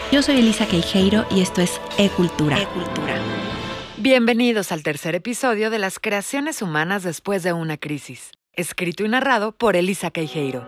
Yo soy Elisa Queijeiro y esto es E-Cultura. Bienvenidos al tercer episodio de Las creaciones humanas después de una crisis, escrito y narrado por Elisa Queijeiro.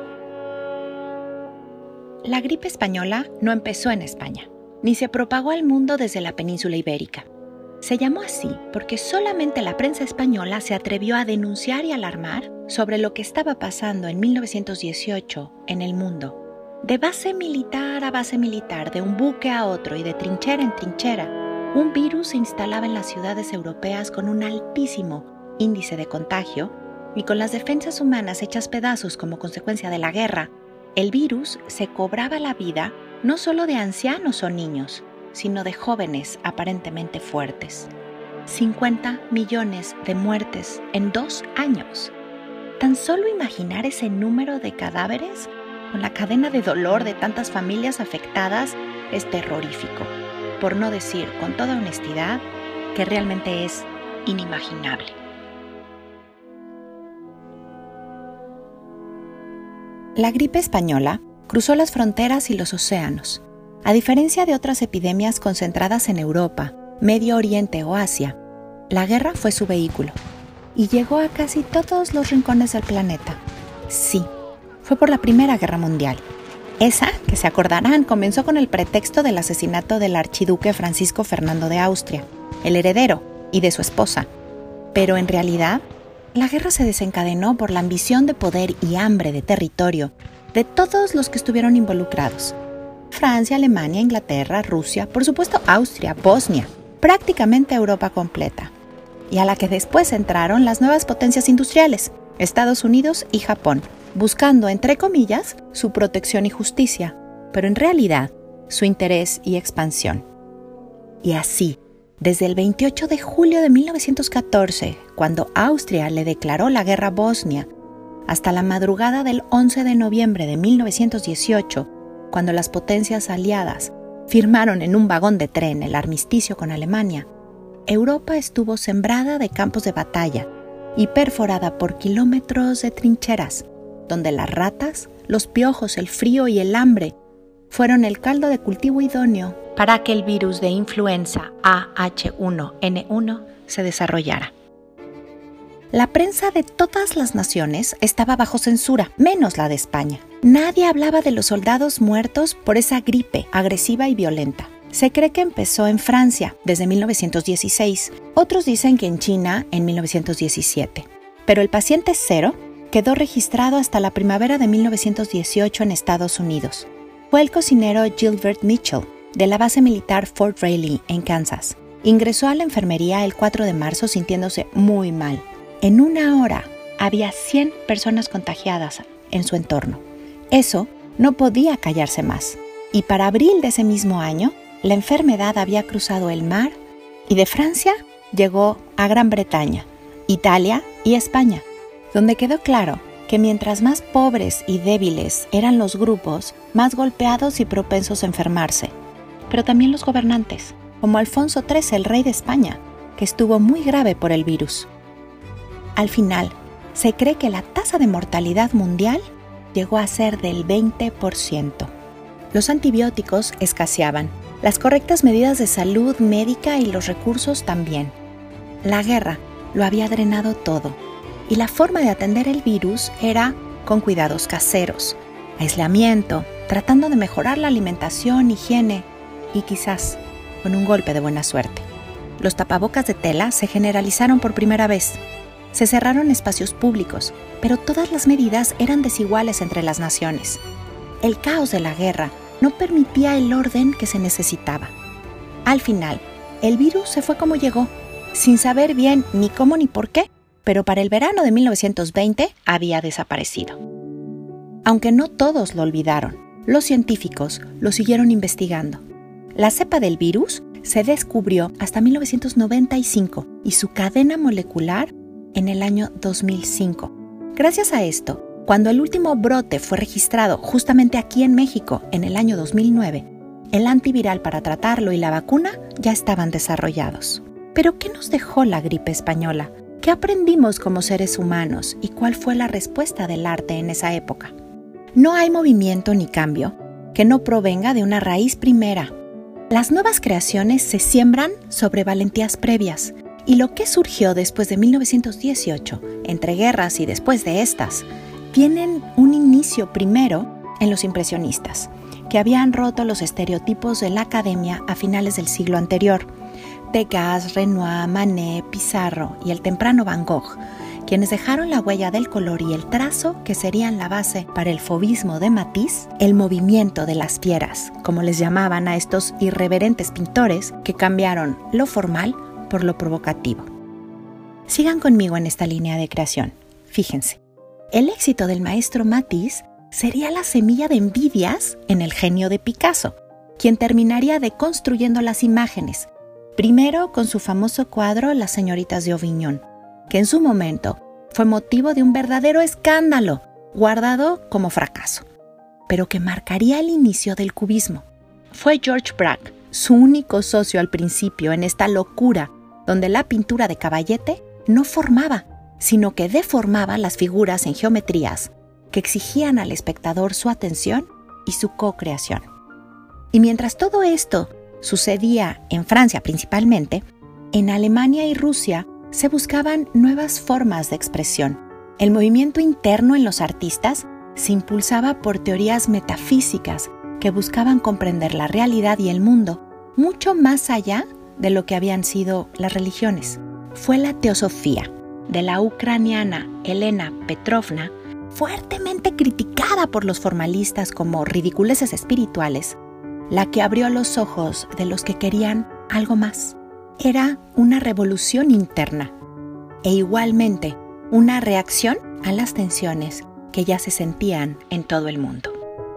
La gripe española no empezó en España, ni se propagó al mundo desde la península ibérica. Se llamó así porque solamente la prensa española se atrevió a denunciar y alarmar sobre lo que estaba pasando en 1918 en el mundo. De base militar a base militar, de un buque a otro y de trinchera en trinchera, un virus se instalaba en las ciudades europeas con un altísimo índice de contagio y con las defensas humanas hechas pedazos como consecuencia de la guerra. El virus se cobraba la vida no solo de ancianos o niños, sino de jóvenes aparentemente fuertes. 50 millones de muertes en 2 años. Tan solo imaginar ese número de cadáveres con la cadena de dolor de tantas familias afectadas es terrorífico, por no decir con toda honestidad que realmente es inimaginable. La gripe española cruzó las fronteras y los océanos. A diferencia de otras epidemias concentradas en Europa, Medio Oriente o Asia, la guerra fue su vehículo y llegó a casi todos los rincones del planeta. Sí, fue por la Primera Guerra Mundial. Esa, que se acordarán, comenzó con el pretexto del asesinato del archiduque Francisco Fernando de Austria, el heredero, y de su esposa. Pero en realidad, la guerra se desencadenó por la ambición de poder y hambre de territorio de todos los que estuvieron involucrados. Francia, Alemania, Inglaterra, Rusia, por supuesto Austria, Bosnia, prácticamente Europa completa. Y a la que después entraron las nuevas potencias industriales, Estados Unidos y Japón, buscando, entre comillas, su protección y justicia, pero en realidad, su interés y expansión. Y así, desde el 28 de julio de 1914, cuando Austria le declaró la guerra a Bosnia, hasta la madrugada del 11 de noviembre de 1918, cuando las potencias aliadas firmaron en un vagón de tren el armisticio con Alemania, Europa estuvo sembrada de campos de batalla y perforada por kilómetros de trincheras, donde las ratas, los piojos, el frío y el hambre fueron el caldo de cultivo idóneo para que el virus de influenza AH1N1 se desarrollara. La prensa de todas las naciones estaba bajo censura, menos la de España. Nadie hablaba de los soldados muertos por esa gripe agresiva y violenta. Se cree que empezó en Francia desde 1916. Otros dicen que en China en 1917. Pero el paciente cero quedó registrado hasta la primavera de 1918 en Estados Unidos. Fue el cocinero Gilbert Mitchell, de la base militar Fort Riley, en Kansas. Ingresó a la enfermería el 4 de marzo sintiéndose muy mal. En 1 hora había 100 personas contagiadas en su entorno. Eso no podía callarse más. Y para abril de ese mismo año, la enfermedad había cruzado el mar y de Francia llegó a Gran Bretaña, Italia y España, donde quedó claro que mientras más pobres y débiles eran los grupos, más golpeados y propensos a enfermarse. Pero también los gobernantes, como Alfonso XIII, el rey de España, que estuvo muy grave por el virus. Al final, se cree que la tasa de mortalidad mundial llegó a ser del 20%. Los antibióticos escaseaban, las correctas medidas de salud médica y los recursos también. La guerra lo había drenado todo. Y la forma de atender el virus era con cuidados caseros, aislamiento, tratando de mejorar la alimentación, higiene y quizás con un golpe de buena suerte. Los tapabocas de tela se generalizaron por primera vez. Se cerraron espacios públicos, pero todas las medidas eran desiguales entre las naciones. El caos de la guerra no permitía el orden que se necesitaba. Al final, el virus se fue como llegó, sin saber bien ni cómo ni por qué, pero para el verano de 1920 había desaparecido. Aunque no todos lo olvidaron, los científicos lo siguieron investigando. La cepa del virus se descubrió hasta 1995 y su cadena molecular en el año 2005. Gracias a esto, cuando el último brote fue registrado justamente aquí en México en el año 2009, el antiviral para tratarlo y la vacuna ya estaban desarrollados. ¿Pero qué nos dejó la gripe española? ¿Qué aprendimos como seres humanos y cuál fue la respuesta del arte en esa época? No hay movimiento ni cambio que no provenga de una raíz primera. Las nuevas creaciones se siembran sobre valentías previas, y lo que surgió después de 1918, entre guerras y después de estas, tienen un inicio primero en los impresionistas, que habían roto los estereotipos de la academia a finales del siglo anterior. Degas, Renoir, Manet, Pissarro y el temprano Van Gogh, quienes dejaron la huella del color y el trazo que serían la base para el fauvismo de Matisse, el movimiento de las fieras, como les llamaban a estos irreverentes pintores que cambiaron lo formal por lo provocativo. Sigan conmigo en esta línea de creación. Fíjense, el éxito del maestro Matisse sería la semilla de envidias en el genio de Picasso, quien terminaría deconstruyendo las imágenes, primero con su famoso cuadro Las señoritas de Auvergne, que en su momento fue motivo de un verdadero escándalo, guardado como fracaso, pero que marcaría el inicio del cubismo. Fue George Braque, su único socio al principio en esta locura, donde la pintura de caballete no formaba, sino que deformaba las figuras en geometrías que exigían al espectador su atención y su co-creación. Y mientras todo esto sucedía en Francia principalmente, en Alemania y Rusia se buscaban nuevas formas de expresión. El movimiento interno en los artistas se impulsaba por teorías metafísicas que buscaban comprender la realidad y el mundo mucho más allá de lo que habían sido las religiones. Fue la teosofía de la ucraniana Elena Petrovna, fuertemente criticada por los formalistas como ridiculeces espirituales, la que abrió los ojos de los que querían algo más. Era una revolución interna e igualmente una reacción a las tensiones que ya se sentían en todo el mundo.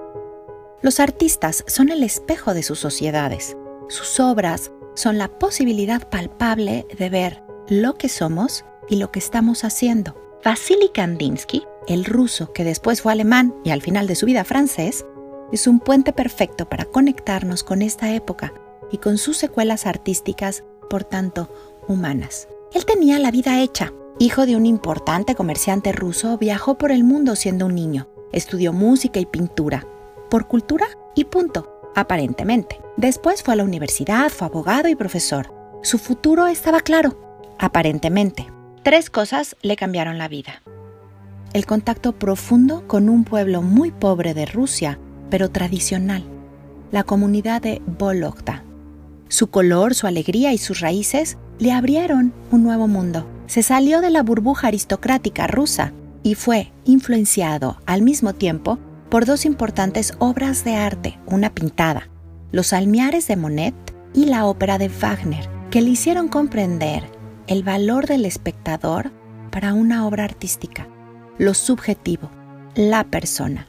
Los artistas son el espejo de sus sociedades. Sus obras son la posibilidad palpable de ver lo que somos y lo que estamos haciendo. Vasily Kandinsky, el ruso que después fue alemán y al final de su vida francés, es un puente perfecto para conectarnos con esta época y con sus secuelas artísticas, por tanto, humanas. Él tenía la vida hecha. Hijo de un importante comerciante ruso, viajó por el mundo siendo un niño. Estudió música y pintura, por cultura y punto, aparentemente. Después fue a la universidad, fue abogado y profesor. Su futuro estaba claro, aparentemente. 3 cosas le cambiaron la vida. El contacto profundo con un pueblo muy pobre de Rusia, pero tradicional, la comunidad de Vologda. Su color, su alegría y sus raíces le abrieron un nuevo mundo. Se salió de la burbuja aristocrática rusa y fue influenciado al mismo tiempo por 2 importantes obras de arte, una pintada, Los Salmiares de Monet y la ópera de Wagner, que le hicieron comprender el valor del espectador para una obra artística, lo subjetivo, la persona.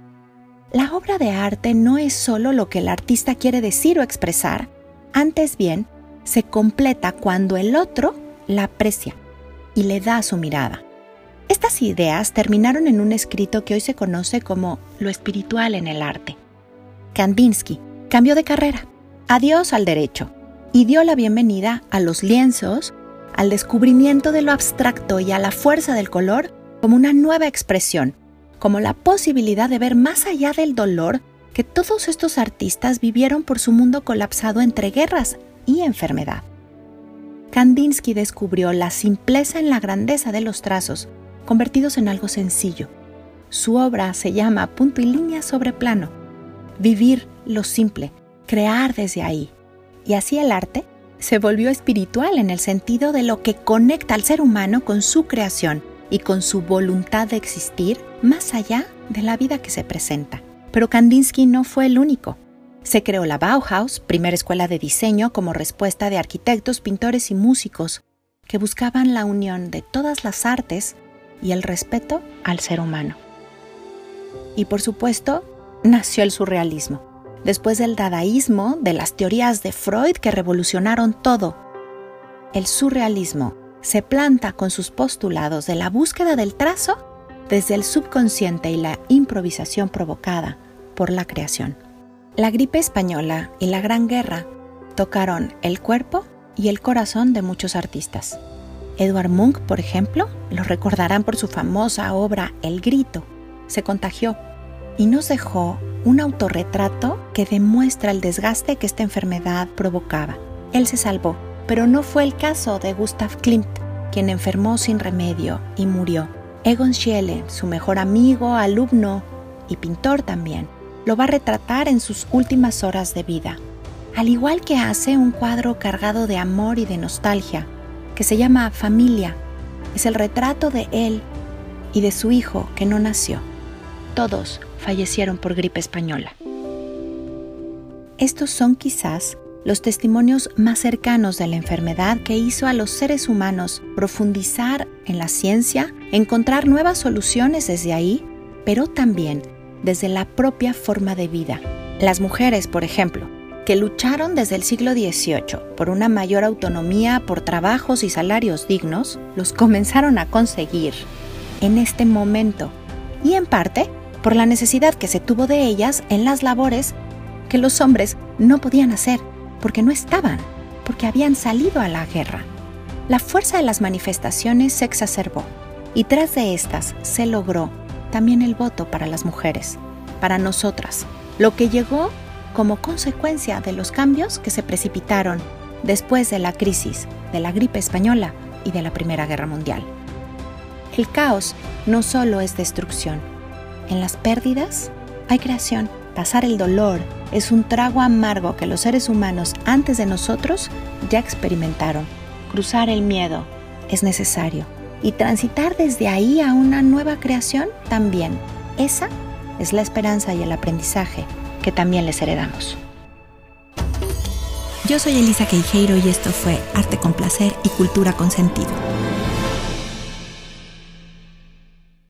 La obra de arte no es solo lo que el artista quiere decir o expresar, antes bien, se completa cuando el otro la aprecia y le da su mirada. Estas ideas terminaron en un escrito que hoy se conoce como lo espiritual en el arte. Kandinsky cambió de carrera, adiós al derecho, y dio la bienvenida a los lienzos, al descubrimiento de lo abstracto y a la fuerza del color como una nueva expresión, como la posibilidad de ver más allá del dolor que todos estos artistas vivieron por su mundo colapsado entre guerras y enfermedad. Kandinsky descubrió la simpleza en la grandeza de los trazos, convertidos en algo sencillo. Su obra se llama Punto y línea sobre plano. Vivir lo simple, crear desde ahí. Y así el arte se volvió espiritual en el sentido de lo que conecta al ser humano con su creación y con su voluntad de existir más allá de la vida que se presenta. Pero Kandinsky no fue el único. Se creó la Bauhaus, primera escuela de diseño como respuesta de arquitectos, pintores y músicos que buscaban la unión de todas las artes y el respeto al ser humano. Y por supuesto, nació el surrealismo. Después del dadaísmo, de las teorías de Freud que revolucionaron todo, el surrealismo se planta con sus postulados de la búsqueda del trazo desde el subconsciente y la improvisación provocada por la creación. La gripe española y la Gran Guerra tocaron el cuerpo y el corazón de muchos artistas. Edvard Munch, por ejemplo, lo recordarán por su famosa obra El Grito. Se contagió y nos dejó un autorretrato que demuestra el desgaste que esta enfermedad provocaba. Él se salvó, pero no fue el caso de Gustav Klimt, quien enfermó sin remedio y murió. Egon Schiele, su mejor amigo, alumno y pintor también, lo va a retratar en sus últimas horas de vida. Al igual que hace un cuadro cargado de amor y de nostalgia, que se llama Familia. Es el retrato de él y de su hijo que no nació. Todos fallecieron por gripe española. Estos son quizás los testimonios más cercanos de la enfermedad que hizo a los seres humanos profundizar en la ciencia, encontrar nuevas soluciones desde ahí, pero también desde la propia forma de vida. Las mujeres, por ejemplo, que lucharon desde el siglo XVIII por una mayor autonomía, por trabajos y salarios dignos, los comenzaron a conseguir en este momento, y en parte por la necesidad que se tuvo de ellas en las labores que los hombres no podían hacer, porque no estaban, porque habían salido a la guerra. La fuerza de las manifestaciones se exacerbó, y tras de estas se logró también el voto para las mujeres, para nosotras, lo que llegó como consecuencia de los cambios que se precipitaron después de la crisis de la gripe española y de la Primera Guerra Mundial. El caos no solo es destrucción. En las pérdidas hay creación. Pasar el dolor es un trago amargo que los seres humanos antes de nosotros ya experimentaron. Cruzar el miedo es necesario y transitar desde ahí a una nueva creación también. Esa es la esperanza y el aprendizaje que también les heredamos. Yo soy Elisa Queijeiro y esto fue Arte con Placer y Cultura con Sentido.